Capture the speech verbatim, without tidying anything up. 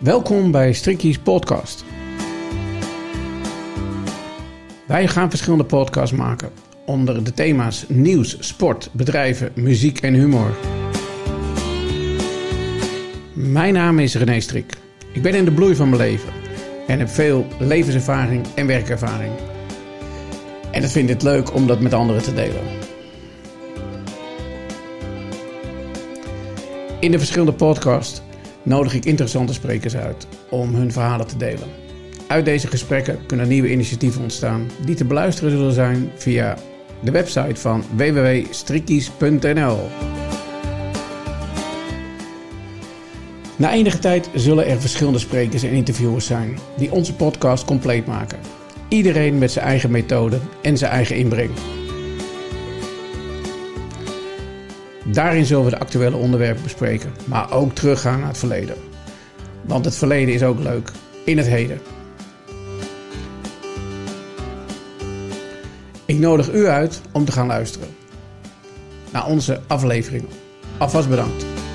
Welkom bij Strickies podcast. Wij gaan verschillende podcasts maken onder de thema's nieuws, sport, bedrijven, muziek en humor. Mijn naam is René Strik. Ik ben in de bloei van mijn leven en heb veel levenservaring en werkervaring. En ik vind het leuk om dat met anderen te delen. In de verschillende podcasts nodig ik interessante sprekers uit om hun verhalen te delen. Uit deze gesprekken kunnen nieuwe initiatieven ontstaan die te beluisteren zullen zijn via de website van w w w punt strickies punt n l. Na enige tijd zullen er verschillende sprekers en interviewers zijn die onze podcast compleet maken. Iedereen met zijn eigen methode en zijn eigen inbreng. Daarin zullen we de actuele onderwerpen bespreken, maar ook teruggaan naar het verleden. Want het verleden is ook leuk in het heden. Ik nodig u uit om te gaan luisteren naar onze aflevering. Alvast bedankt.